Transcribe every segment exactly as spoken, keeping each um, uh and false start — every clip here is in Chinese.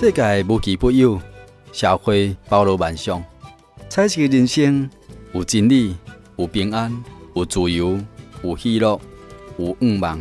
世界无奇不有，社会包罗万象，彩色的人生有真理，有平安，有自由，有喜乐，有愿望。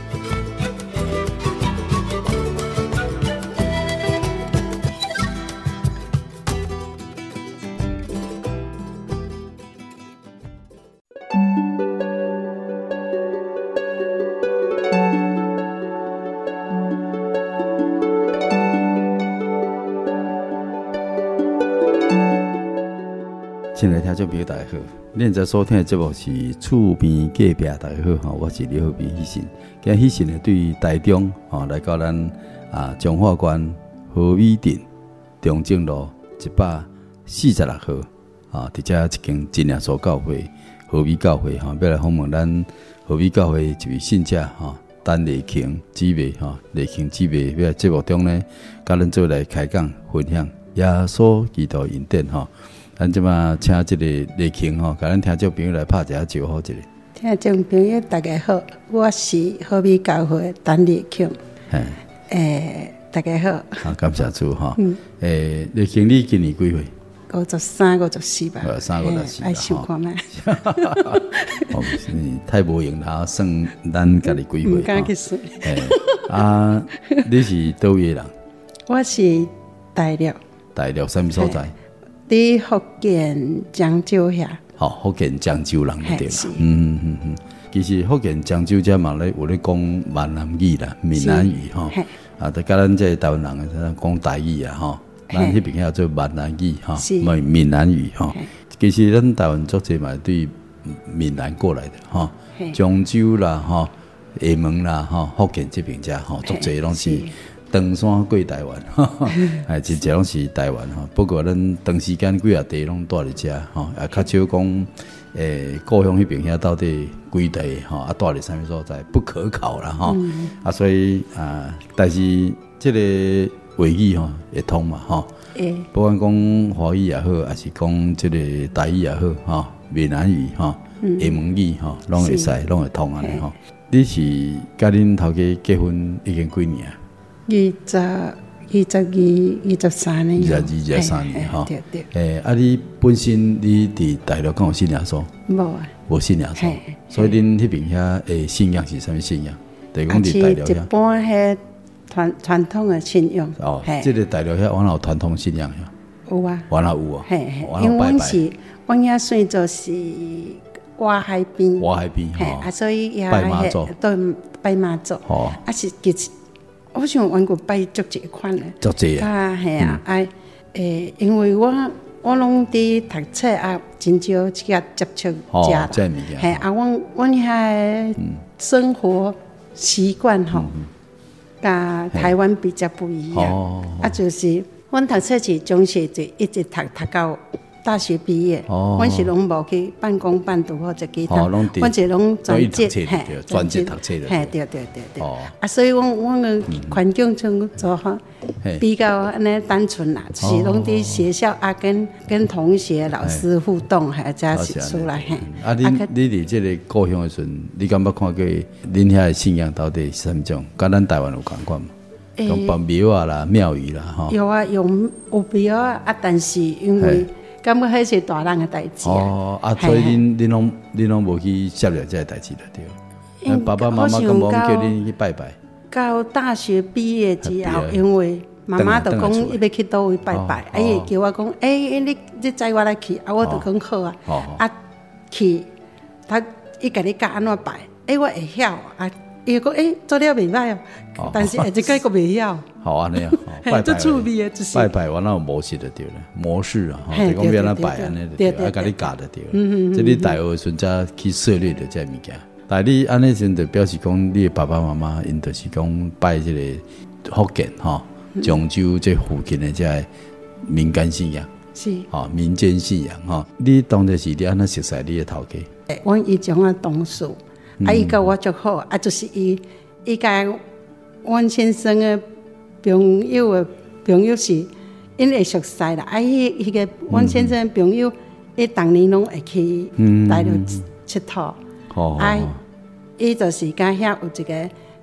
亲爱的听众朋友大家好，恁在收听的节目是厝边隔壁大家好，我是李浩斌喜信。今日喜信呢对台中吼来到咱啊彰化县和美镇中正路一百四十六号啊，伫遮一间真耶稣教会和美教会吼，要来访问咱和美教会一位信者吼，陈丽瓊姊妹吼，丽瓊姊妹要来节目中呢，甲咱做来开讲分享耶稣基督恩典吼。咱即马请即个丽瓊吼，甲咱听众朋友来拍一下招呼一下。 听众朋友大家好，我是和美教会陈丽瓊。诶、欸，大家好。 好，感謝主哈。嗯。诶、欸，丽瓊你今年幾歲？ 五十三、五十四吧。 呃，三五十四。 愛想看咩？ 哦，你太無用啦，算咱家己幾歲？ 唔敢去算。 誒，啊，你是倒位人？ 我是大陸。 大陸什麼所在？ 伫福建漳州遐， 好，福建漳州人就对啦。嗯嗯嗯，其實福建漳州遮嘛咧有咧講閩南語啦、閩南語吼，啊，就甲咱這台灣人誒講台語啊吼，咱迄邊遐做閩南語吼，唔係閩南語吼。其實咱台灣足濟嘛對閩南過來的吼，漳州啦吼、廈門啦吼、福建這邊遮吼，足濟攏是。登山過台灣，係真正攏是台灣吼。不過咱長時間幾啊地攏住伫遮吼，也較少講誒故鄉迄邊遐到底幾地吼，啊住伫啥物所在不可考啦吼。嗯、啊，所以啊，但是即個話語吼會通嘛吼。欸、不管講華語也好，還是講即個台語也好吼，閩南語吼、廈門語吼，攏會使，攏會通安尼吼。你是甲恁頭家結婚已經幾年啊？ 二十、二十二、二十三年， 二十二、二十三年哈。對對。誒，啊，你本身你佇大陸敢有信耶穌？無啊，無信耶穌。所以恁迄邊遐誒信仰是啥物信仰？就是講佇大陸遐。 一般迄傳傳統誒信仰。 哦，即個大陸遐往有傳統信仰遐？ 有啊。 往哪有啊？ 係係。因為阮是，阮遐算做是外海邊。 外海邊。 係啊，所以也拜媽祖。 對，拜媽祖。哦。啊是其實。我想阮個拜足一款咧， 足濟啊，係啊，哎，誒，因為我我攏佇讀冊啊，真少去甲接觸食啦，係啊，阮阮遐生活習慣吼，甲台灣比較不一樣，啊，就是阮讀冊是中學就一直讀讀到大學畢業，阮是攏無去半工半讀或者其他，阮是攏專職， 嘿，專職讀冊的， 嘿，對對對對，啊，所以阮阮個環境中做哈比較安尼單純啦，是攏佇學校啊，跟跟同學老師互動，還加是出來嘿。 啊，你你佇這個故鄉的時陣，你敢捌看過恁遐的信仰到底是啥物種？甲咱台灣有共款嘛？講辦廟啊啦、廟宇啦，吼。有啊，有有廟啊，啊，但是因為感覺迄是大人嘅代志哦，啊，所以恁恁攏恁攏無去涉獵這個代志了，對。爸爸媽媽咁冇叫恁去拜拜。 到大學畢業之後，因為媽媽就講伊要去倒位拜拜，啊，伊叫我講，誒，你你載我來去，啊，我就講好啊，啊，去，他伊甲你教安怎拜，誒，我會曉啊。伊講誒做了袂歹哦，但是下一個個袂曉。 好安尼啊，拜拜。 趣味誒，就是拜拜，完了有模式就對了，模式啊，就講要安怎拜安尼就對，啊，甲你教就對。嗯嗯。即你大學時陣才去涉獵着這物件，但係你安尼時就表示講，你的爸爸媽媽因就是講拜即個福建吼、漳州這附近的這民間信仰，是，吼民間信仰吼。你當時是你安怎熟悉你的頭家？ 誒，阮以前啊同事。啊！伊甲我足好，啊，就是伊，伊甲阮先生誒朋友誒朋友是，因會熟悉啦。啊，迄迄個阮先生朋友，伊逐年攏會去大陸佚佗。啊，伊就是甲遐有一個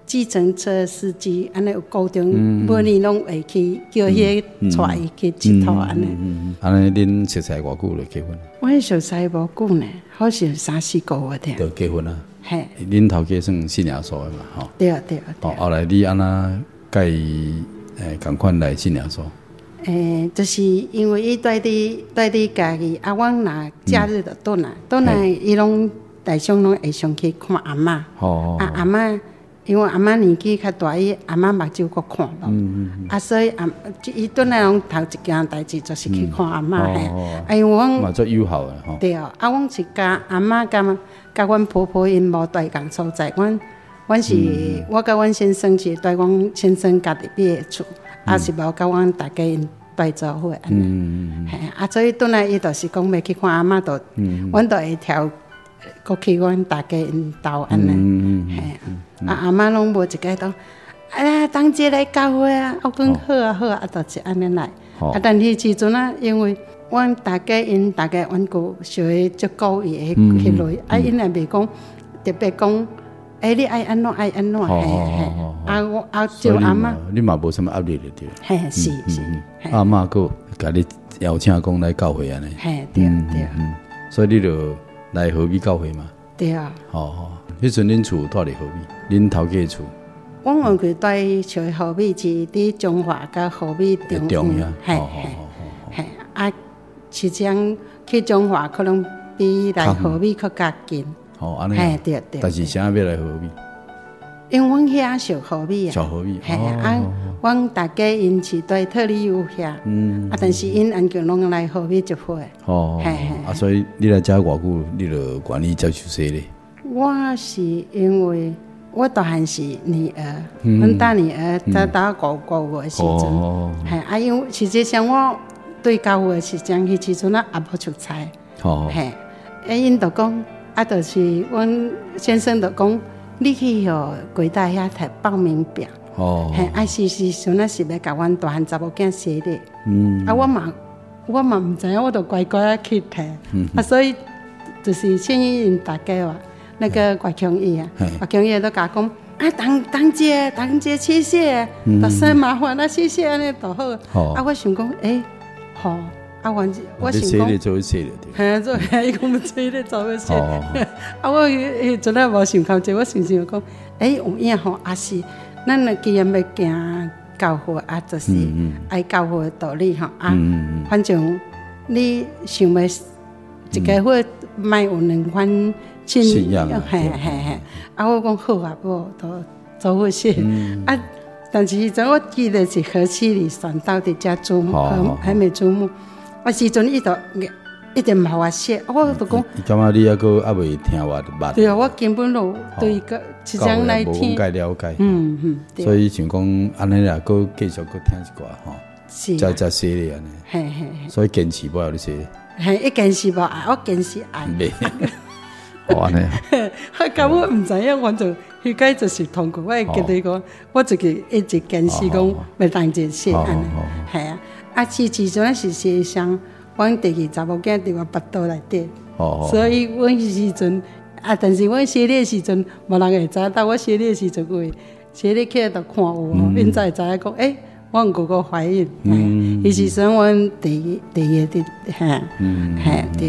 计程车司机，安尼有高中，每年拢会去叫迄个带伊去佚佗安尼。 安尼恁熟悉偌久就结婚？ 我熟悉无久呢，好像三四个月的。 就结婚啊？ 嘿， 恁头家算信仰所的嘛？吼。 对对对。 后来你安那甲伊诶共款来信仰所？ 诶，就是因为伊带伫带伫家己，啊，阮若假日就倒来，倒来伊拢大上拢会上去看阿嬷。哦。啊，阿嬷。因为阿嬷年纪较大，伊阿嬷目睭阁看无，嗯嗯、啊，所以阿伊转来拢头一件代志就是去看阿嬷嘿。啊，因为阮嘛做友好诶吼。 对啊，啊，阮是甲阿嬷甲甲阮婆婆因无对共所在，阮阮是、嗯、我甲阮先生是对阮先生家己边诶厝，啊、嗯、是无甲阮大家因对做伙安尼。嘿、嗯，啊，所以转来伊就是讲要去看阿嬷，就阮就会挑。过去阮大家因兜安尼，嘿啊，阿嬷拢无一个都，哎呀，当节来教会啊，我讲好啊好啊，啊，就是安尼来。啊，但迄时阵啊，因为阮大家因大家阮个小个足够伊个迄类，啊，因也袂讲特别讲，哎，你爱安怎爱安怎，嘿嘿。啊，我啊就阿嬷， 你嘛无什么压力了对。 嘿，是是。 阿嬷个甲你邀请讲来教会安尼。 嘿，对对。 所以你就。来河边教会嘛？ 对啊。 哦哦，迄阵恁厝住伫河边，恁头家厝。 我问佢住像河边是伫中华甲河边中央，系系系啊，市场去中华可能比来河边较较近。 哦，安尼。 系对对。 但是啥要来河边？ 因为阮遐小河边啊。 小河边。 系啊，阮大家因是对特里有遐，嗯，啊，但是因安叫拢来河边就会。哦。系系。 啊，所以你来遮偌久，你就愿意接受洗礼？ 我是因为我大汉是女儿，阮大女儿才到五个月时阵，系啊，因为实际上我对教会是讲迄时阵啊也无出差，哦，系，啊，因就讲啊，就是阮先生就讲，你去吼柜台遐摕报名表。哦，嘿，啊是是阵啊是要甲阮大汉查某囝洗礼，嗯，啊我嘛我嘛毋知影，我就乖乖啊去摕，嗯、啊所以就是建议因大家话，那个郭强义啊，郭强义都甲讲啊，当当姐当姐谢谢，大生麻烦啊谢谢安尼就好，哦、啊我想讲诶，好、欸。啊，我我想讲， 洗礼做洗礼对，吓做，伊讲洗礼做要洗，啊我迄阵啊无想到这，我想想讲，诶有影吼，也是。咱若既然要行教会，啊，就是爱教会的道理吼啊。反正你想要一个会卖有两款信仰，嘿嘿嘿。啊，我讲好啊，无都做伙些啊。但是迄阵我记得是何其里选到伫遮祖母，还没祖母。啊，时阵伊就一直骂我写，我就讲。 伊感觉你还阁还未听我的捌。 对啊，我根本就对个一张来听。 无介了解。 嗯嗯。 所以想讲安尼啦，阁继续阁听一寡吼。是。再再洗礼安尼。 嘿嘿。 所以坚持无要你洗。 嘿，一坚持无爱，我坚持爱。 袂。哦安尼。 我根本毋知影，我就迄个就是痛苦。我会记得讲，我自己一直坚持讲要当一洗安尼。系啊。啊，是时阵是实际上，阮第二查某囝伫我腹肚内底，哦、所以阮迄时阵啊，但是阮洗礼时阵，无人会知。到我洗礼时阵，会洗礼起来就看有，因才会知影讲，诶、欸，阮哥哥怀孕。嗯，迄时阵阮第第二的，吓，嗯，吓对。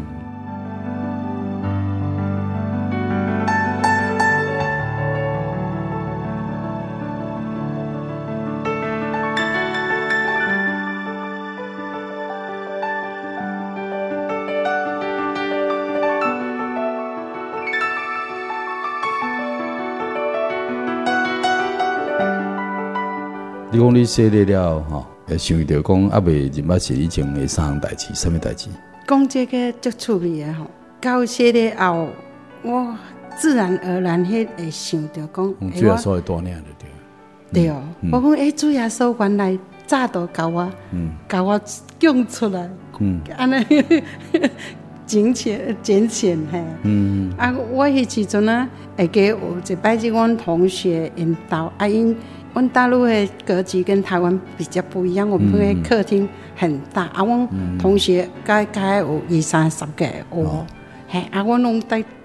你讲你洗礼了吼，会想到讲啊未入捌洗礼前的三项代志，什么代志？ 讲这个足趣味的吼，到洗礼后，我自然而然迄会想到讲， 主耶稣的大领就对。对哦，我讲诶，主耶稣原来早都教我，教我讲出来，安尼捡钱捡钱嘿。嗯。啊，我迄时阵啊，会记有一摆是阮同学因兜啊因。阮大陆的格局跟台湾比较不一样，我们的客厅很大，啊，阮同学该该有二三十个哦，嘿，啊，阮拢在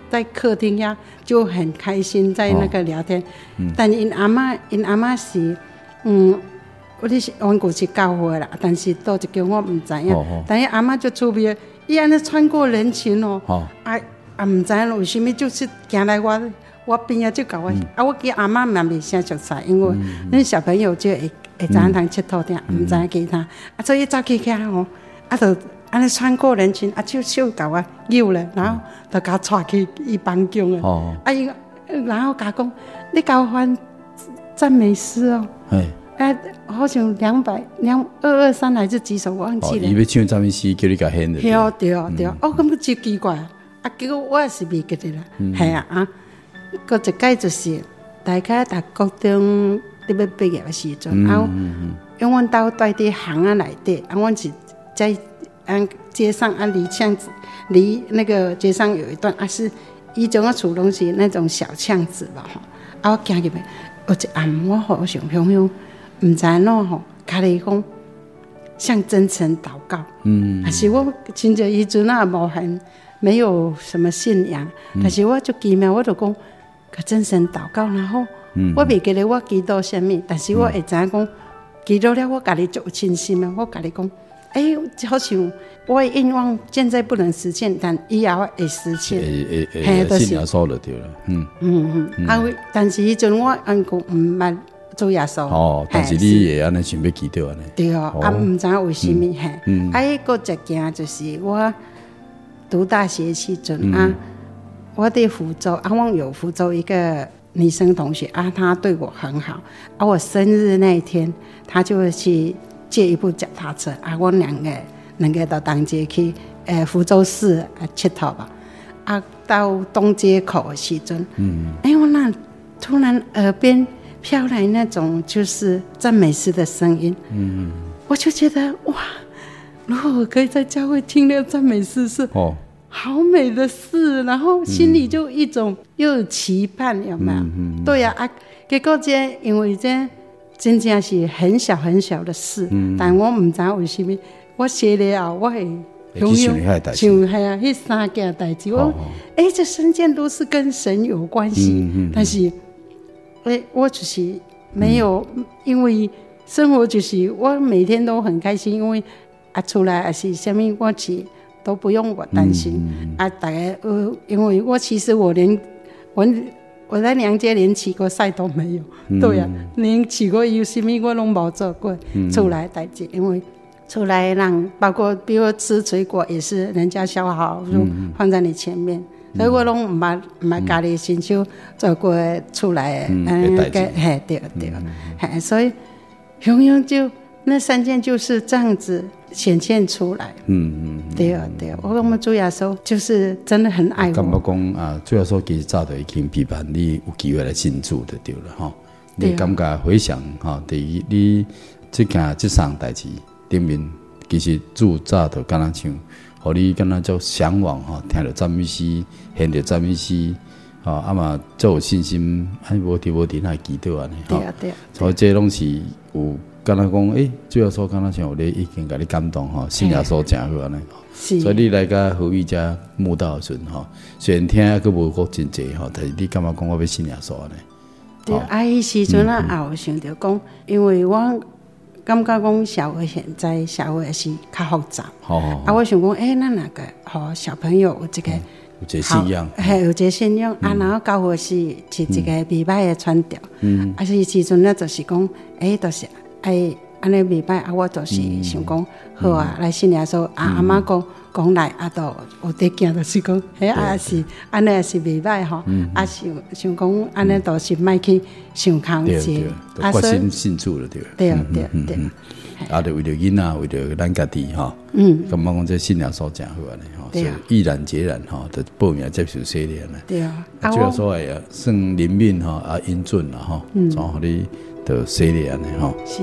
在客厅呀就很开心，在那个聊天。哦嗯、但因阿嬷，因阿嬷是，嗯，我哋是阮古是教会啦，但是倒一间我唔知影。哦哦、但是阿嬷就出名，伊安尼穿过人群哦，哦啊啊唔知影为什么就是行来我我边啊就甲我，嗯、啊我叫阿嬷嘛未啥熟悉，因为那、嗯、小朋友就会会知影通佚佗点，唔知影其他，啊所以走起起吼，啊就。安尼穿过人群，啊，手手甲我扭了，然后就甲我带去伊房间了。哦。啊，伊然后甲讲，你甲我翻赞美诗哦。哎。啊，好像两百两二二三还是几首，我忘记了。 伊要唱赞美诗，叫你甲献的。 对对对，我感觉真奇怪啊！结果我也是未记得啦。系啊啊！搁一届就是大家读高中伫要毕业的时阵，啊，因为阮兜住伫巷仔内底，啊，阮是在。按街上啊，离巷子，离那个街上有一段啊，是以前我厝拢是那种小巷子吧吼。啊，我行入去，有一暗我好想想想，唔知喏吼，家己讲像真诚祷告，嗯，但是我真正以前啊无很没有什么信仰，嗯、但是我就奇妙，我就讲个真诚祷告，然后、嗯、我袂记得我祈祷什么，但是我会知影讲祈祷了，我家己就有信心啊，我家己讲。哎、欸，好像我的愿望现在不能实现，但以后会实现。 诶诶诶，信耶稣就对了。嗯嗯嗯。啊，但是迄阵我按讲唔捌做耶稣。 哦，但是你会安尼想要祈祷安尼。 对哦，啊，唔知为什么嘿。嗯。啊，迄个一件就是我读大学时阵啊，我伫福州啊，我有福州一个女生同学啊，她对我很好。啊，我生日那一天，她就会去。借一部脚踏车啊，我两个两个到当街去，呃，福州市啊佚佗吧。啊，到东街口的时阵，嗯，哎、欸，我那突然耳边飘来那种就是赞美诗的声音，嗯，我就觉得哇，如果我可以在教会听那个赞美诗是哦，好美的事，然后心里就一种又有期盼，有没有？嗯嗯、对呀 啊, 啊，结果这因为这。真正是很小很小的事，嗯、但我唔知为什么，我写了后我会想想想系啊，迄三件代志，我哎、欸，这三件都是跟神有关系，嗯嗯、但是哎、欸，我就是没有，嗯、因为生活就是我每天都很开心，因为啊出来还是什么我是都不用我担心，嗯、啊，大家呃，因为我其实我连我。我在娘家连起过赛都没有，嗯、对呀、啊，连起过有什么我拢冇做过。嗯、出来代志，因为出来让包括比如吃水果也是人家削好就放在你前面，嗯、所以我拢唔捌唔捌家己亲手做过出来，嗯，个嘿对对，嘿、嗯，所以永远就那三件就是这样子显现出来。嗯嗯，对啊对啊，我跟我们主耶稣就是真的很爱我。 感觉讲啊，主耶稣其实早就已经批判你有机会来信主就对了哈。你感觉回想哈，对于你这件这项代志顶面，其实主早就敢若像，互你敢若叫向往哈，听到赞美诗，听到赞美诗。哦，啊嘛，做有信心，哎，无伫无伫那祈祷安尼， 对啊对啊， 所以这拢是有，敢若讲，诶，主要说敢若像有咧已经甲你感动吼，信耶稣诚好安尼，所以你来甲何宇遮慕道时阵吼，虽然听佫无够真济吼，但是你感觉讲我要信耶稣安尼？ 对，啊，迄时阵啊，也有想着讲，因为我感觉讲社会现在社会是较复杂，啊，我想讲，诶，咱那个吼小朋友有这个。 有一个信仰， 系有一个信仰、嗯、啊，然后教会是是一个未歹的传调，嗯，啊，是时阵咧就是讲，诶、欸，就是哎，安尼未歹啊，我就是想讲，嗯、好啊，来信耶稣，啊，阿妈讲讲来，啊，都有得惊，就是讲，迄啊是安尼也是未歹吼，嗯、啊想想讲，安尼都是莫去想空者， 啊，决心信主了对， 对对对。 啊，就为了囡仔，为了咱家己吼，嗯，咁我讲这信仰所讲好安尼吼，所以毅然决然吼，就报名接受洗礼呢。 对啊， 啊，主要所谓啊，算灵敏吼，啊，英俊啦吼，嗯，然后你就洗礼安尼吼， 是。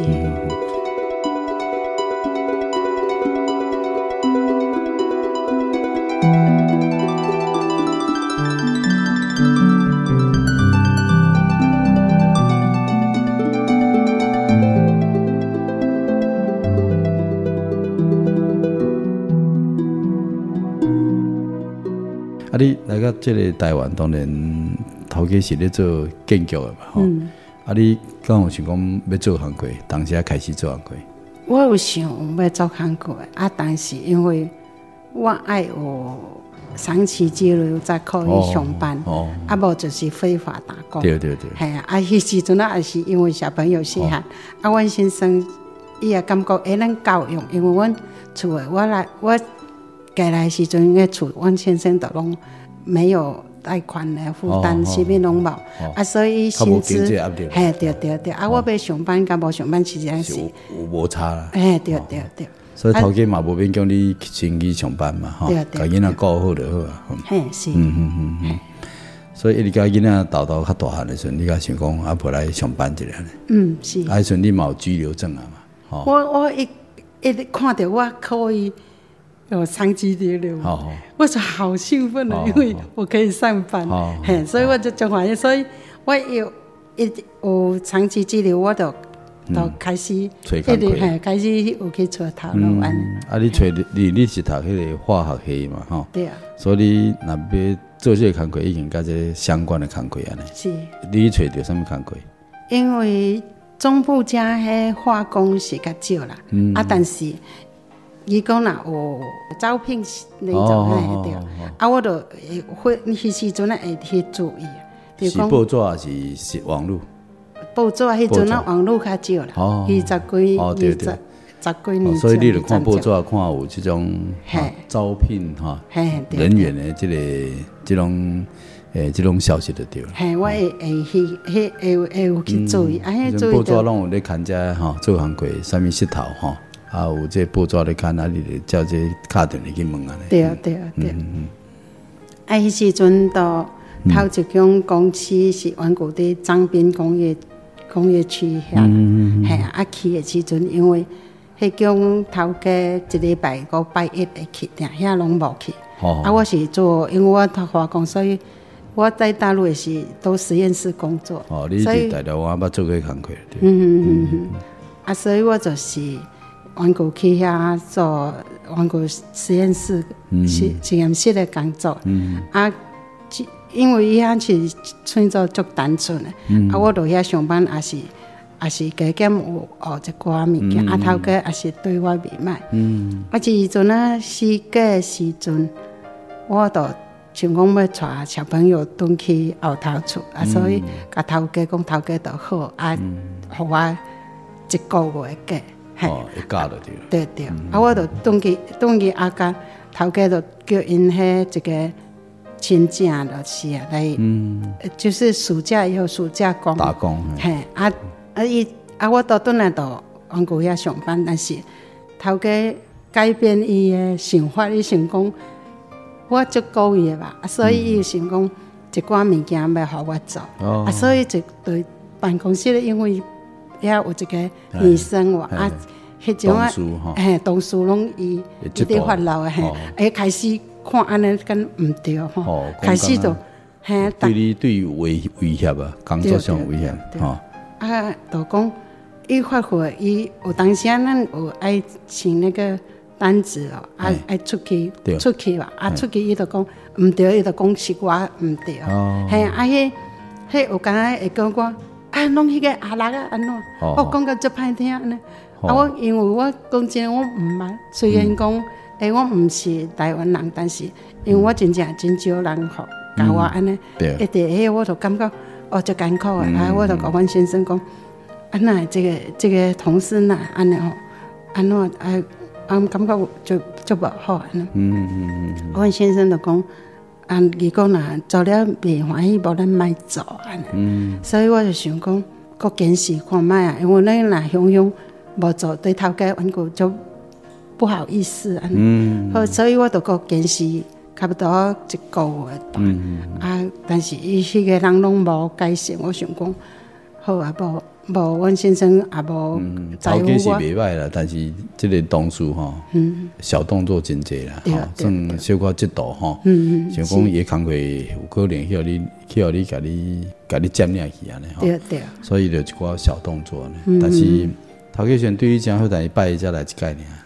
啊，你来到这个台湾，当然头家是咧做建筑的嘛，吼、嗯。啊，你敢有想讲要做行规？当时开始做行规？ 我有想要做行规啊，但是因为我爱有长期积累才可以上班，哦哦、啊，无就是非法打工。 对对对。 系啊，啊，迄时阵啊，也是因为小朋友细汉，哦、啊，阮先生伊也感觉会咱教育，因为阮厝诶，我来我过来时阵，迄厝阮先生都拢没有贷款诶负担，啥物拢无，啊，所以薪资，嘿，对对对，啊，我要上班甲无上班实际上是有无差啦。 嘿，对对对。 所以头家嘛无免叫你先去上班嘛，吼，甲囡仔顾好就好啊。 嘿，是。 嗯嗯嗯嗯。所以你甲囡仔豆豆较大汉的时阵，你甲想讲啊，无来上班一下呢？ 嗯，是。 啊，迄阵你嘛有居留证啊嘛？ 吼。我我一一看到我可以有长期居留，我就好兴奋了，因为我可以上班。嘿，所以我就就欢喜，所以我有一有长期居留，我就。都开始，一直嘿开始有去找头路安尼。 啊，你找你你是读迄个化学系嘛，吼？ 对啊。 所以你若要做这个工作，已经甲这相关的工作安尼。 是。 你找到什么工作？ 因为中部家迄化工是较少啦，嗯、啊，但是伊讲若有招聘那种嘿对，啊，我就会迄时阵啊会去注意。 是报纸还是是网络？ 报纸迄阵啊，网络较少啦，二十几、二十、十几年前。 所以你就看报纸，看有这种招聘哈人员的这个这种诶这种消息就对了。 嘿，我会会去，迄会会有去注意，啊，迄注意。 报纸拢有咧看遮哈做行规，啥物势头哈，啊有这报纸咧看，啊你就叫这敲电话去问啊。 对啊对啊对啊。啊，迄时阵到头一间公司是阮古伫彰滨工业。工业区遐，嘿啊去的时阵，因为迄间头家一礼拜五拜一会去，定遐拢无去。啊，我是做，因为我读化工，所以我在大陆也是都实验室工作。 哦，你是大陆我捌做过工课。 嗯嗯嗯嗯。啊，所以我就是阮过去遐做阮过实验室、实实验室的工作。嗯。啊。因为伊遐是创作足单纯的，嗯、啊，我伫遐上班也是也是加减有学一寡物件，嗯、啊，头家也是对我袂歹。嗯，啊，时阵啊，暑假的时阵，我著想讲要带小朋友转去后头厝，啊，所以甲头家讲头家著好，啊，互我一个月的假， 哦，一假就对了。 对对，啊，我著转去转去啊，甲头家著叫因迄一个。亲戚就是啊，来，嗯、就是暑假以后暑假工打工， 嘿啊啊伊啊，我倒转来到往过遐上班，但是头家改变伊的想法，伊想讲我足故意的吧，啊，所以伊想讲一寡物件要互我做，哦、啊，所以就对办公室咧，因为遐有一个女生哇啊，迄种啊，嘿，同事拢伊一直发牢的嘿，哎开始。看安尼敢毋对吼，开始就嘿，对你对有威威胁啊，工作上有威胁吼。 啊，就讲伊发觉伊有当时啊，咱有爱请那个单子哦，爱爱出去出去吧，啊出去伊就讲毋对，伊就讲是我毋对，嘿啊迄迄有敢若会讲我啊，拢迄个阿六啊安怎，我讲到足歹听安尼，啊我因为我讲真，我毋捌，虽然讲。诶、欸，我毋是台湾人，但是因为我真正真少人好教我安尼，一直迄我就感觉哦，足艰苦诶，啊，我就甲阮先生讲，啊那这个这个同事那安尼吼，安怎啊啊感觉就就无好安尼。嗯嗯嗯。阮先生就讲，啊，如果若做了袂欢喜，无咱莫做安尼。嗯。所以我就想讲，搁坚持看卖啊，因为咱若雄雄无做，对头家阮个就。不好意思啊，嗯，好，所以我就搁坚持差不多一个月吧。嗯嗯啊，但是伊迄个人拢无改善，我想讲好啊，无无，阮先生也无在乎我。头家是袂歹啦， 但是这个同事吼，嗯，小动作真济啦，吼，算小可嫉妒吼。嗯嗯，想讲伊工课有可能去互你去互你甲你甲你占领去安尼吼。 对对。 所以就一寡小动作呢，但是头家先对伊真好，但是拜伊才来一概念。 对啊。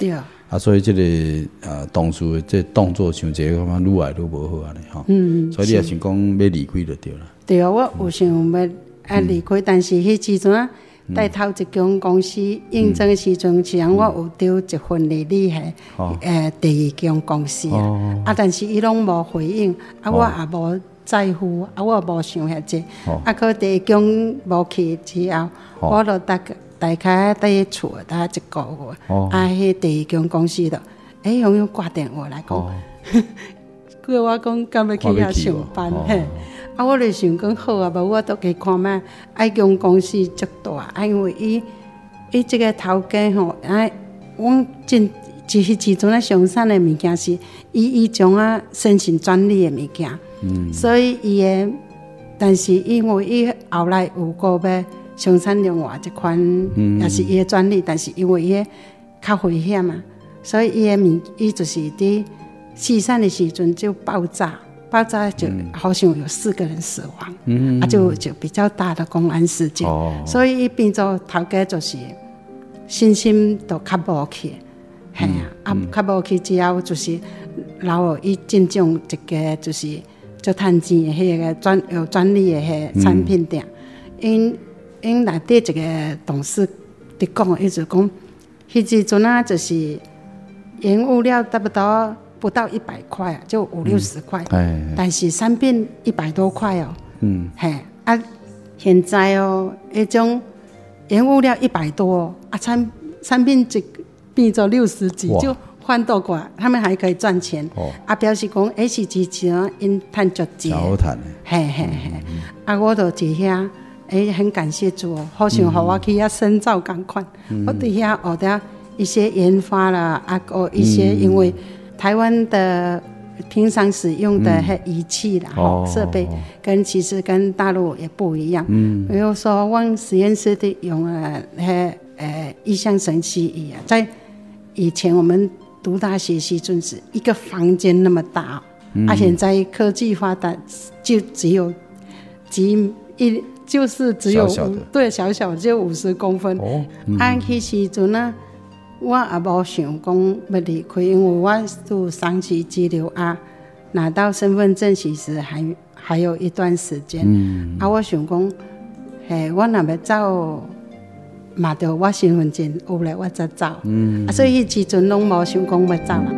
啊，所以这个呃，当初的这动作像这个，感觉愈来愈无好安尼吼。嗯，所以你也想讲要离开就对了。 对啊，我有想要啊离开，嗯、但是迄时阵啊，带头一间公司应征的时阵，是让我有丢一份履历系，哦、呃，第二间公司啊，哦、啊，但是伊拢无回应，啊，我也无在乎，啊，我也无想遐济，哦、啊，可第二间无去之后，哦、我就大概。大概在厝大概一个月，哦、啊，迄第二间公司的，哎、欸，拥有挂电话来讲，叫我讲敢要去遐上班，嘿、哦，啊，我就想讲好啊，无我都去看卖，啊，间公司足大，啊，因为伊伊这个头家吼，啊，阮进一迄时阵咧上山的物件是，伊伊种啊申请专利的物件，嗯，所以伊的，但是因为伊后来有个要。生产另外一款也是伊的专利，但是因为伊个较危险嘛，所以伊的物伊就是伫试产的时阵就爆炸，爆炸就好像有四个人死亡，嗯、啊就就比较大的公安事件，哦、所以伊变做头家就是信心都较无去，系、嗯、啊，啊较无去之后就是然后伊进种一个就是做趁钱的迄个专有专利的迄产品店，因、嗯。因内底一个董事伫讲，一直讲，迄时阵啊，就是原物料差不多不到一百块啊，就五六十块，嗯、但是产品一百多块哦。嗯，嘿啊，现在哦，迄种原物料一百多啊，产产品一变做六十几，就换到过来，他们还可以赚钱。哦、啊，表示讲，迄时之前因赚足钱， 好赚的。 嘿嘿嘿，嗯、啊，我就伫遐。哎，很感谢主哦，好想让我去遐深造共款。嗯、我伫遐学到一些研发啦，啊，哦，一些因为台湾的平常使用的迄仪器啦，吼、嗯、设备，跟其实跟大陆也不一样。嗯，比如说，我实验室的用了迄呃意向神奇仪啊，在以前我们读大学时阵是一个房间那么大，嗯、啊，现在科技发达，就只有几一。就是只有小小对小小只有五十公分。哦，按迄时阵啊，我也无想讲要离开，因为我是长期居留啊，拿到身份证其实还还有一段时间。嗯，啊，我想讲，嘿，我若要走，嘛着我身份证有咧，我才走。嗯，啊，所以迄时阵拢无想讲要走啦。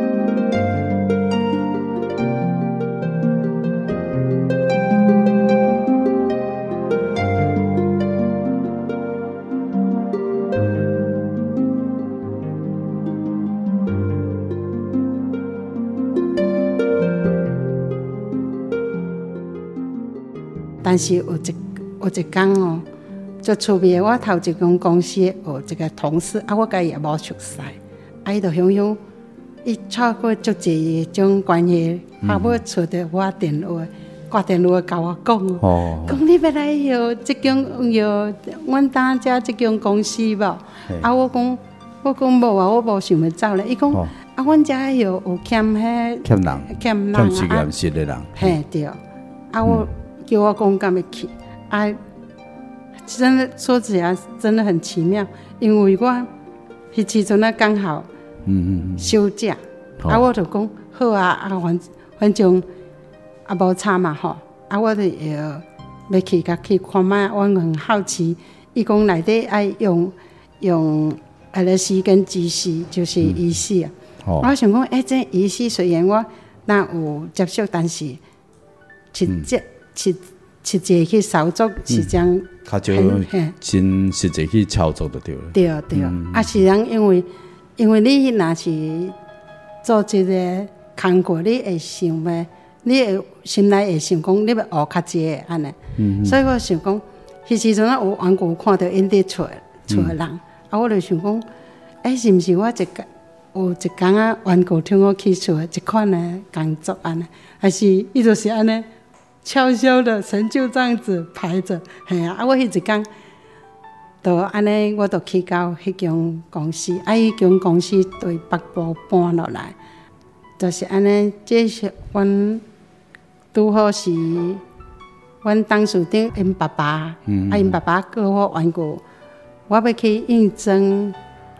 但是有一有一天哦，就趣味。我头一间公司有一个同事啊，我甲伊也无熟悉，啊，伊就享享，伊透过足济种关系，啊，尾找到我电话，挂电话甲我讲哦，讲你要来摇即间摇，阮大家即间公司无？啊，我讲我讲无啊，我无想要走咧。伊讲啊，阮遮摇有欠迄欠人， 欠人欠实验室的人， 嘿对，啊我。叫我讲敢要去，啊，真的说起来真的很奇妙，因为我迄时阵啊刚好，嗯嗯休假，嗯、啊我就讲好啊，啊反反正啊无差嘛吼，啊我就要要去甲去看卖，我很好奇，伊讲内底爱用用 L C 跟 G C 就是仪器啊，嗯哦、我想讲，哎、欸，这仪器虽然我那有接触，但是实际。嗯实实际去操作是这样， 较少真实际去操作就对了。 对对，嗯、啊是人因为因为你若是做一个工作，你会想要，你会心内会想讲，你要学较济安尼。嗯、所以我想讲，迄时阵啊有员工看到因伫厝厝的人，嗯、啊我就想讲，哎、欸，是毋是我一个有一工啊员工听我去做一款的工作安尼，还是伊就是安尼？悄悄的神就这样子排着，嘿啊！我迄一天，就安尼，我就去到迄间公司，啊，迄间公司对北部搬落来，就是安尼。这是阮拄好是阮董事长因爸爸，嗯、啊，因爸爸叫我员工，我要去应征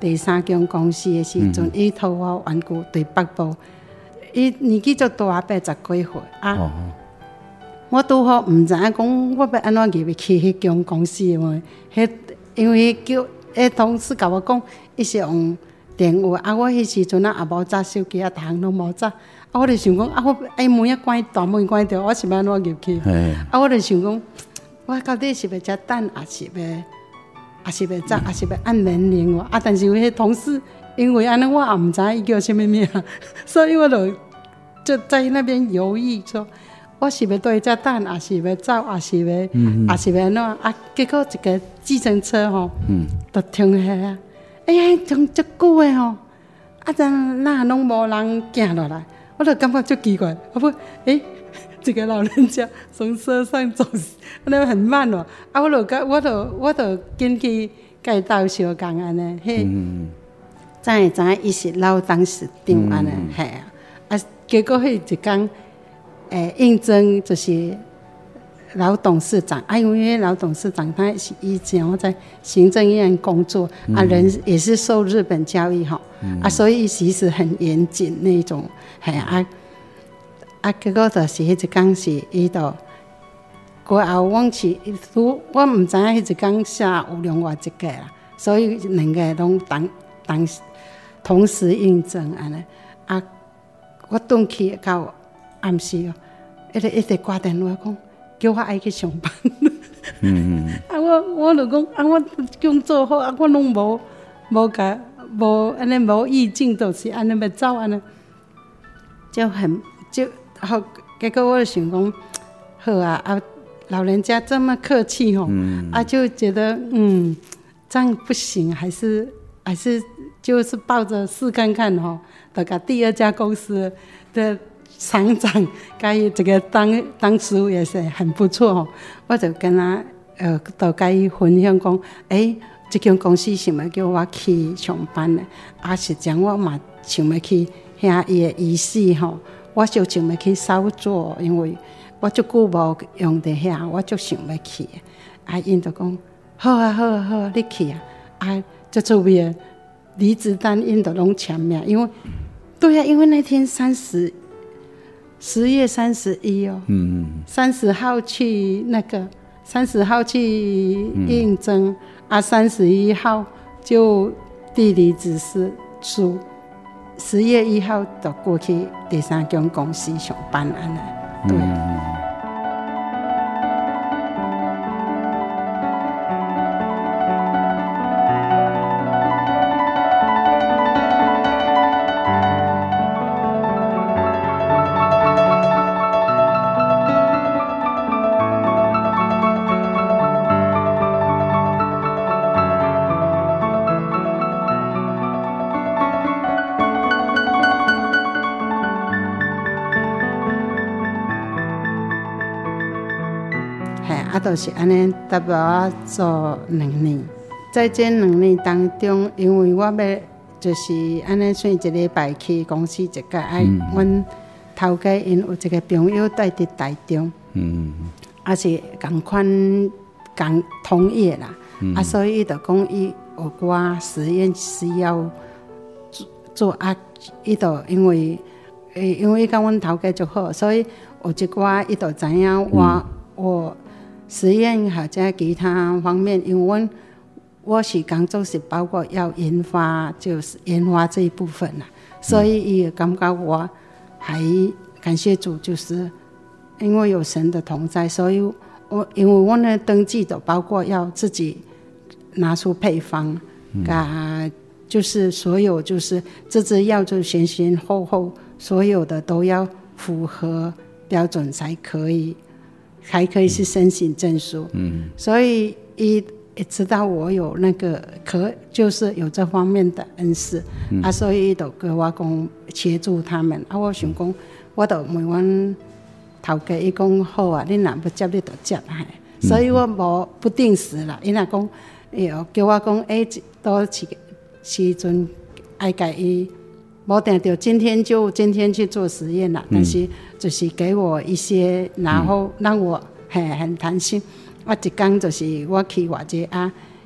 第三间公司的时阵，伊、嗯、托我员工对北部，伊年纪足大，八十几岁啊。哦、我拄好毋知影讲我要安怎入去迄间公司嘛？迄因为叫迄同事甲我讲，伊是用电话啊。我迄时阵啊也无扎手机啊，逐项拢无扎。啊，我就想讲啊，我哎门一关，大门关掉，我是要安怎入去？啊，我就想讲，我到底是要遮等，还是要，还是要走，还是要按年龄哦？啊，但是迄同事因为安尼，我也毋知伊叫什么名，所以我就就在那边犹豫说，我是要对遮等，还是要走，还是要，嗯、还是要安怎？啊，结果一个计程车吼，嗯，就停下啊！哎呀，停足久诶吼，啊，怎哪拢无人行落来？我就感觉就奇怪，啊不，哎，这个老人家从车上走，那很慢哦。啊，我就甲，我就我就进去甲斗相共安尼，嘿，才会知影伊是老董事长安尼，嘿啊。啊，结果迄一天，诶，应征就是老董事长，啊，因为老董事长他是以前我在行政院工作，嗯、啊，人也是受日本教育哈，嗯、啊，所以其实很严谨那种，嘿啊，啊，结果就是迄一天是伊就过后往是，我毋知影迄一天下有另外一个啦，所以两个拢同同同时应征安尼，啊，我转去到暗时哦，一直一直挂电话讲。叫我爱去上班，嗯嗯，啊我我就讲啊我工作好啊我拢无无甲无安尼无意境，就是安尼要走安尼，就很就好。结果我就想讲，好啊啊，老人家这么客气吼，嗯、啊就觉得嗯这样不行，还是还是就是抱着试看看吼，大家第二家公司的。厂长，甲伊这个当当时也是很不错吼，我就跟他呃，就甲伊分享讲，诶、欸，这间公司想要叫我去上班呢，啊，实际我嘛想要去遐伊的仪式吼，我就想要去操作，因为我足久无用伫遐，我就想要去，啊，因就讲好啊好啊好啊，你去啊，啊，这做咩？离职单因就拢签名，因为对啊，因为那天三十。十月三十一哦，嗯，三十号去那个，三十号去应征、嗯、啊，三十一号就递离职是书，十月一号就过去第三间公司上班安尼，对。嗯啊，就是安尼，代表我做两年，在这两年当中，因为我要就是安尼，算一个礼拜去公司一个，哎、嗯，阮头家因有一个朋友住伫台中，嗯，啊是共款共同业啦，嗯、啊，所以伊就讲伊有我实验需要做做啊，伊就因为诶，因为伊甲阮头家就好，所以有一寡伊就知影我、嗯、我。实验或者其他方面，因为我我是工作是包括要研发，就是研发这一部分啦，所以也感觉我还感谢主，就是因为有神的同在，所以我因为我的登记的包括要自己拿出配方，啊、嗯，就是所有就是这支药就前前后后所有的都要符合标准才可以。还可以是申请证书，嗯，所以伊也知道我有那个可，就是有这方面的恩赐、嗯、啊，所以伊就跟我讲协助他们啊。我想讲，我就问阮头家，伊讲好啊，你若要接你就接啊，所以我无不定时啦。伊若讲，伊叫我讲，哎、欸，多时时阵爱甲伊。无定着今天就今天去做实验啦，但是就是给我一些，然后让我很很弹性。我一天就是我去外界啊，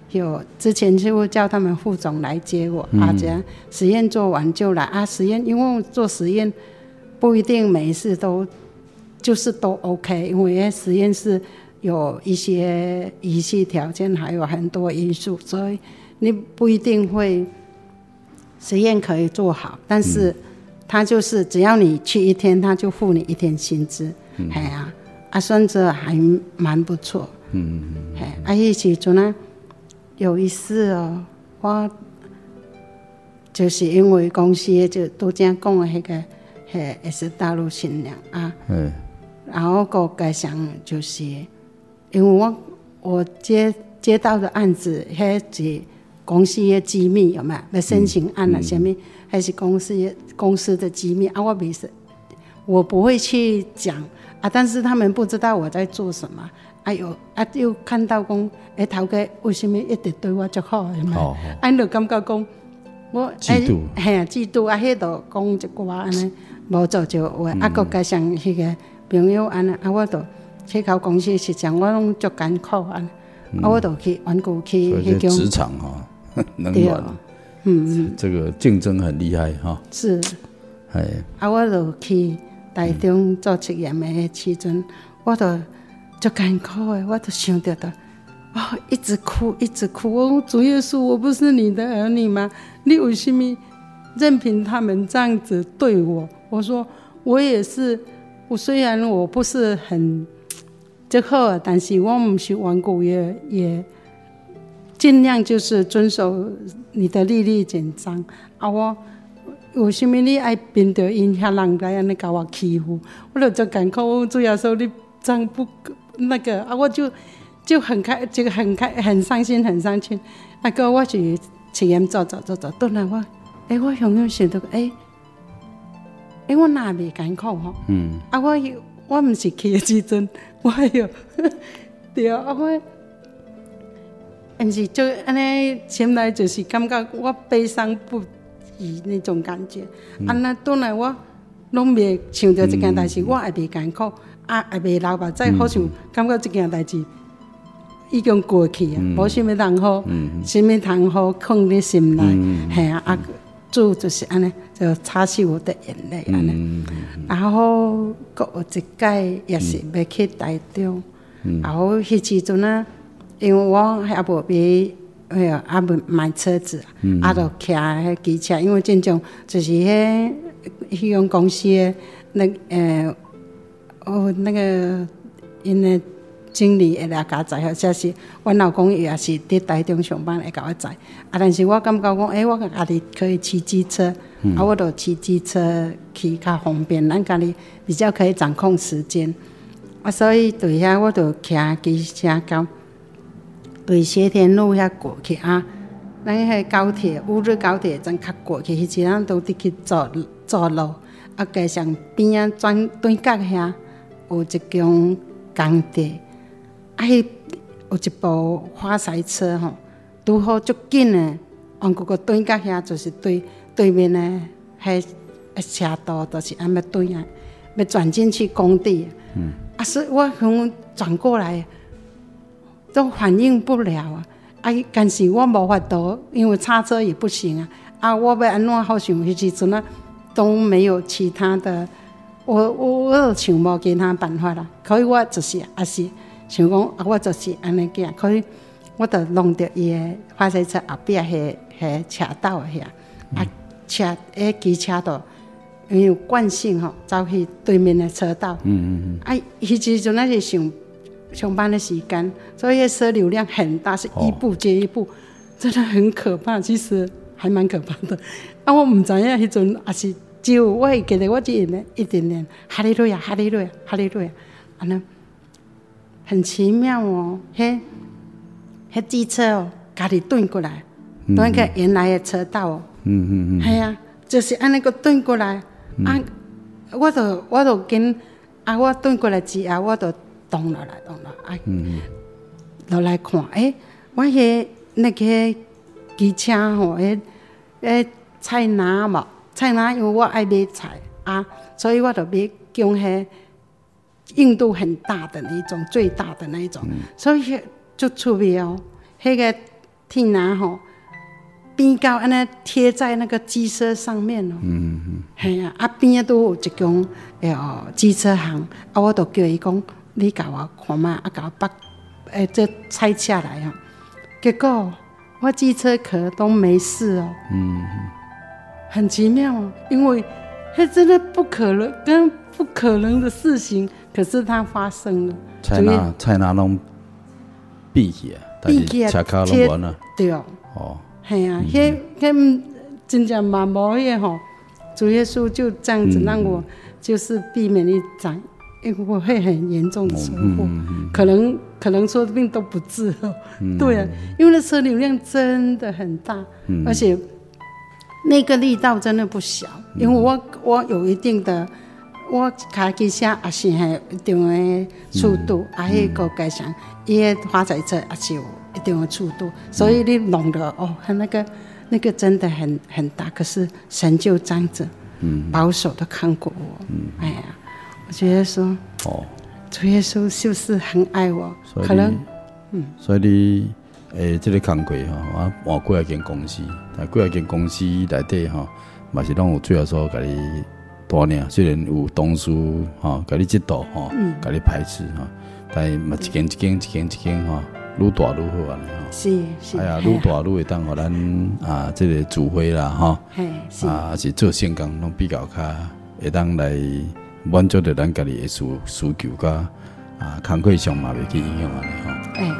有之前就叫他们副总来接我，嗯、啊，这样实验做完就来啊。实验因为做实验不一定每一次都就是都 OK， 因为实验室有一些仪器条件，还有很多因素，所以你不一定会实验可以做好。但是他就是只要你去一天，他就付你一天薪资。嗯，哎呀、啊，啊，算着还蛮不错。嗯嗯嗯。哎，啊，迄时阵啊。有一次哦，我就是因为公司就都这样讲的那个，嘿，也是大陆新娘啊。嗯。然后个改想就是，因为我我接接到的案子，迄是公司的机密有没有？要申请案啊，什么、嗯？还是公司公司的机密啊？我没事，我不会去讲啊，但是他们不知道我在做什么。啊有啊又看到讲，哎头家为什么一直对我足好，有没有？哦、啊，就感觉讲我嫉妒， 嘿啊嫉妒啊，迄度讲一句话安尼，无做就话，啊，佮加上迄个朋友安尼，啊，我就去到公司实上我拢足艰苦安，啊，我就去顽固去迄种职场哈，冷暖，嗯嗯，这个竞争很厉害哈。 是，哎，啊，我就去台中做实验的时阵，我就。就艰苦的，我就想到的，哦，一直哭，一直哭。我主耶稣，我不是你的儿女吗？你为什么任凭他们这样子对我？我说我也是，我虽然我不是很这好，但是我不是顽固，也也尽量就是遵守你的律例简章啊。我为什么你爱凭着因遐人来安尼甲我欺负？我就就艰苦，主耶稣你这样不。那个啊，我就就很开，就很开，很伤心，很伤心。啊，个我去实验做做做做，转来我，哎、欸，我永远想到，哎、欸，哎、欸，我哪袂艰苦吼？嗯。啊，我我唔是去的时阵，我有对啊，我，但是就安尼心内就是感觉我悲伤不已那种感觉。嗯、啊，那转来我拢袂想到这件代志，嗯、我也袂艰苦。啊，也袂流目屎，好像感觉这件代志已经过去啊，无啥物通好，啥物通好放伫心内，嘿啊，啊，主就是安尼，就擦拭我的眼泪安尼。然后搁有一届也是要去台中，然后迄时阵啊，因为我还无买，哎呀，还无买车子，啊，就骑迄机车，因为正种就是迄迄种公司的那呃。哦，那个因的经理会来甲我载，或者是阮老公也是伫台中上班会甲我载。啊，但是我感觉讲，诶、欸，我家己可以骑机车，嗯、啊，我就骑机车去较方便，咱家己比较可以掌控时间。啊，所以对遐我就骑机车到对西天路遐过去啊，咱迄高铁乌日高铁站较过去，迄时咱都伫去走走路，啊，加上边啊转转角遐。有一间工地，啊，迄有一部花柴车吼，拄好足紧的，往嗰个转角遐就是对对面的迄车道，就是安要转啊，要转进去工地。嗯。啊，所以我从转过来，都反应不了啊！啊，但是我无法度，因为叉车也不行啊！啊，我要安怎好想迄时阵啊，都没有其他的。我我我想无其他办法啦，可以我就是也是想讲，啊，我就是安尼行，可以我就弄着伊个花车车后壁迄迄车道遐，啊车迄机车道因为有惯性吼，走去对面的车道。嗯嗯嗯。啊，迄时阵那是上上班的时间，所以车流量很大，是一步接一步，哦、真的很可怕。其实还蛮可怕的。啊，我唔知影迄阵也是。只有我会记得我一点一点点，哈利路亚，哈利路亚，哈利路亚，安尼很奇妙哦。迄迄机车哦，家己转过来，转去原来的车道哦。嗯嗯嗯。系啊，就是安尼个转过来，嗯、啊，我就我就跟啊，我转过来之后，我就动落来，动落来，嗯落来看，诶、欸，我迄那个机车吼，迄诶菜篮嘛。菜篮因为我爱买菜啊，所以我就买用迄硬度很大的那一种，最大的那一种，嗯、所以就出名哦。迄个听啊吼，边到安尼贴在那个机车上面哦。嗯嗯。系啊，啊边啊都有一间诶哦机车行，啊我都叫伊讲，你甲我看嘛，啊甲我把诶这拆下来哦。结果我机车壳都没事哦。嗯。很奇妙哦，因为那真的不可能，跟不可能的事情，可是它发生了。 菜那菜那拢闭起啊， 闭起啊， 车卡拢完了。 对哦。哦。系啊，迄迄真正嘛无嘢吼，主耶稣就这样子让我就是避免一场，因为我会很严重的车祸，嗯嗯嗯、可能可能说不定都不治了。嗯、对啊，因为那车流量真的很大，嗯、而且。那个力道真的不小，因为我我有一定的，我开机车也是还有一定的速度，啊，迄个加上伊个花载车也是有一定的速度，所以你弄的哦，他那个那个真的很很大，可是神就这样子，保守的看过我，嗯、哎呀，我觉得说，哦，主耶稣是不是很爱我？可能， 嗯，所以你。诶，这个工作吼，我换几啊间公司，但几啊间公司内底吼，嘛是拢有最后说，甲你带领，虽然有同事吼，甲你指导吼，甲你排斥吼，但嘛一间一间一间一间吼，愈大愈好安尼吼。 是是。 哎呀，愈大愈会当互咱啊，这个指挥啦吼，啊是做线工拢比较较会当来满足着咱家己的需需求，甲啊工作上嘛袂去影响安尼吼。哎。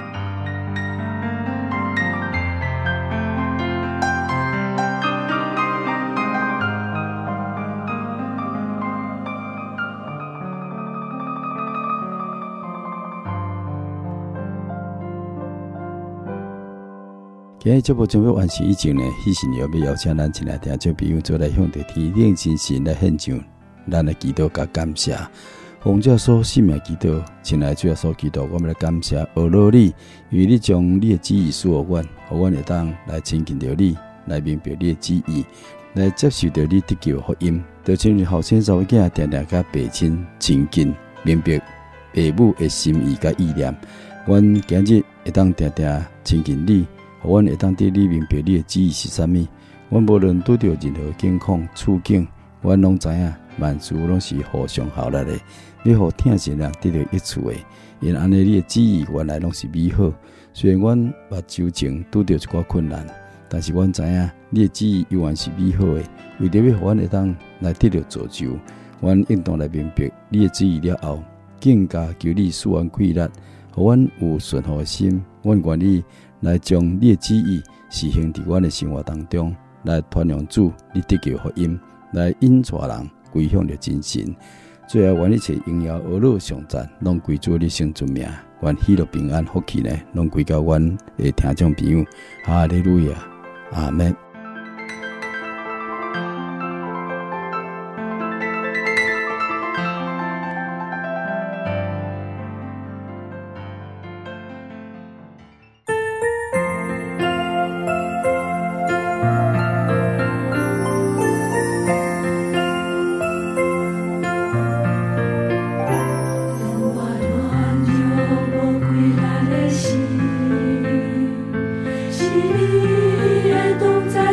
今日节目准备完成以前呢，迄时要要邀请咱亲爱听众朋友做来向着天顶真神来献上咱的祈祷甲感谢。奉这所性命祈祷，亲爱主耶稣祈祷，我们来感谢俄罗你，因为你将你的旨意赐予阮，互阮会当来亲近着你，来明白你的旨意，来接受着你得救福音。就像后生查某囝定定甲父亲亲近，明白父母的心意甲意念，阮今日会当定定亲近你。阮会当伫你明白你的旨意是啥物，阮无论拄到任何境况处境，阮拢知影万事拢是互相效力的，要互听信人得到益处的。因安尼你的旨意原来拢是美好，虽然阮目睭前拄到一寡困难，但是阮知影你的旨意永远是美好的，为着要互阮会当来得到造就，阮应当来明白你的旨意了后，更加求你赐阮气力，互阮有顺服的心，阮愿意。来将你的旨意实行伫阮的生活当中，来传扬主你得救福音，来引带人归向着真神。最后，愿一切荣耀、恶乐、上赞，拢归主你圣尊名。愿喜乐、平安、福气呢，拢归到阮的听众朋友。哈利路亚，阿门。 是你的同在。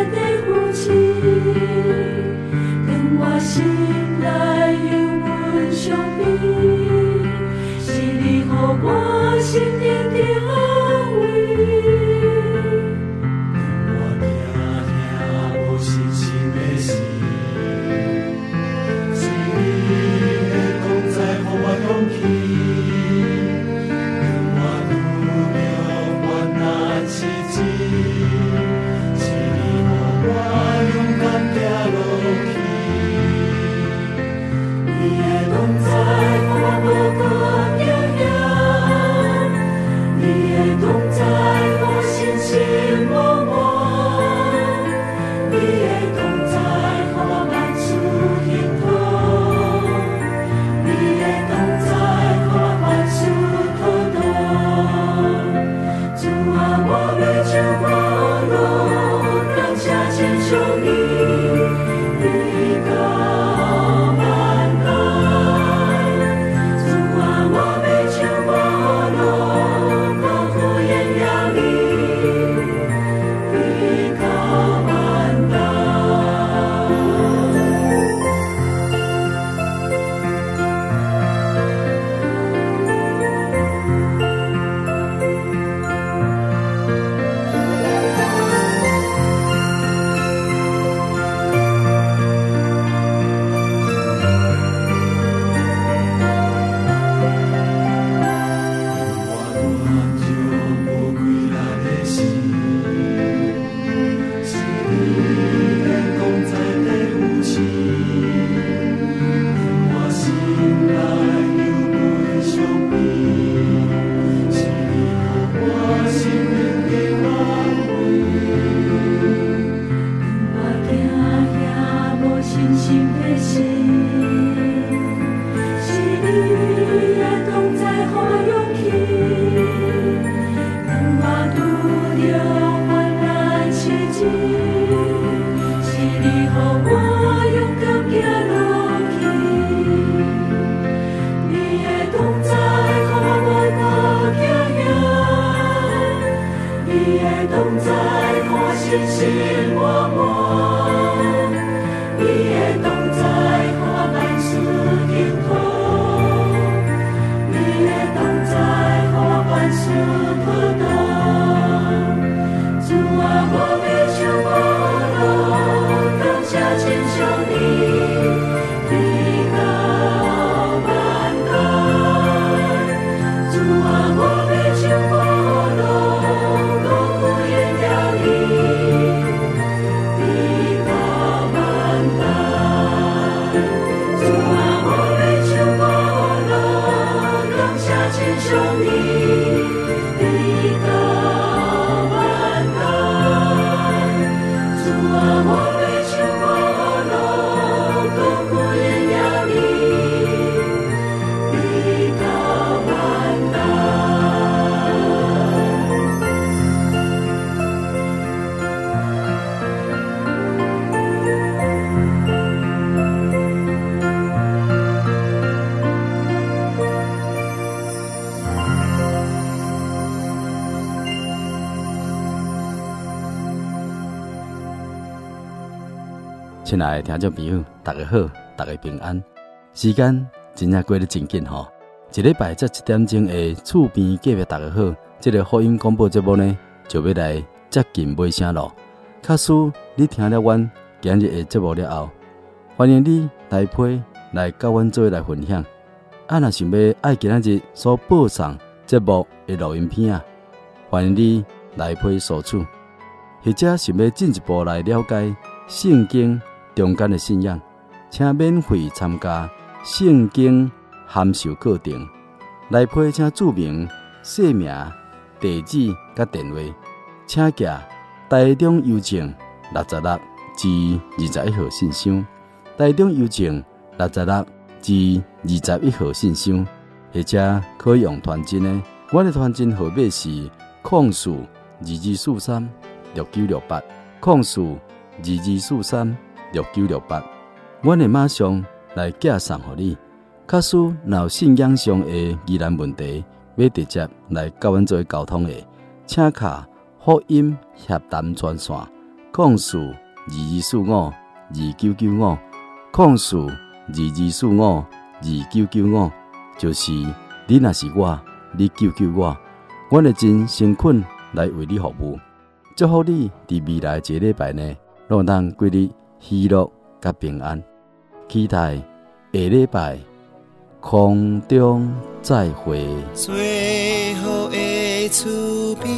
亲爱的听众朋友，大家好，大家平安。时间真正过得真紧吼，一礼拜这一点钟的厝边隔壁大家好，这个福音广播节目呢，就要来接近尾声咯。假使你听了阮今日的节目了后，欢迎你来陪来跟阮做来分享。啊，若想要爱今仔日所播送节目的录音片啊，欢迎你来陪索取，或者想要进一步来了解圣经中间的信仰，请免费参加圣经函授课程。来配请注明姓名、地址甲电话，请寄台中邮政六十六至二十一号信箱。台中邮政六十六至二十一号信箱，或者可以用传真的。我的传真号码是空四二二四三六九六八，空四二二四三六九六八，我会马上来寄送给你。假使若有信仰上的疑难问题，要直接来跟阮做沟通的，请卡福音协谈专线，控诉二二四五二九九五，控诉二二四五二九九五，就是你若是我，你救救我，我会真诚恳来为你服务。祝福你伫未来一个礼拜内，拢当过日喜乐甲平安。期待下礼拜空中再会。 最后的厝边，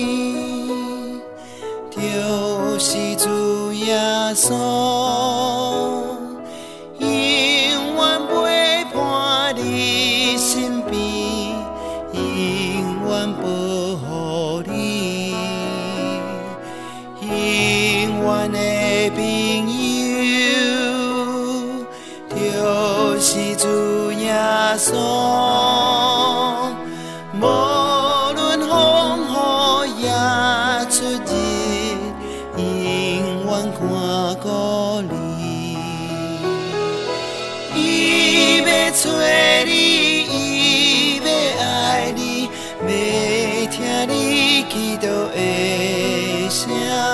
就是主耶稣，永远陪伴你身边，永远保护你，永远的朋友，就是主耶稣。无论风雨也出日，永远看顾你。伊要找你，伊要爱你，要听你祈祷的声。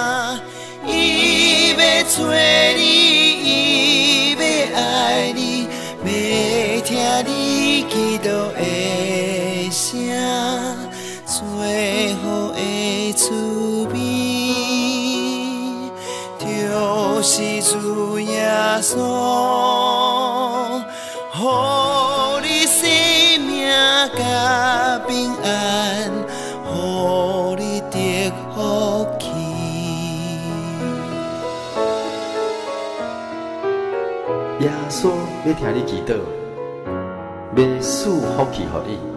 伊要找你，伊要爱你，要听你祈祷的声。最好的厝边，就是主耶稣，予你生命甲平安，予你得福气。 耶稣要听你祈祷，要赐福气予你。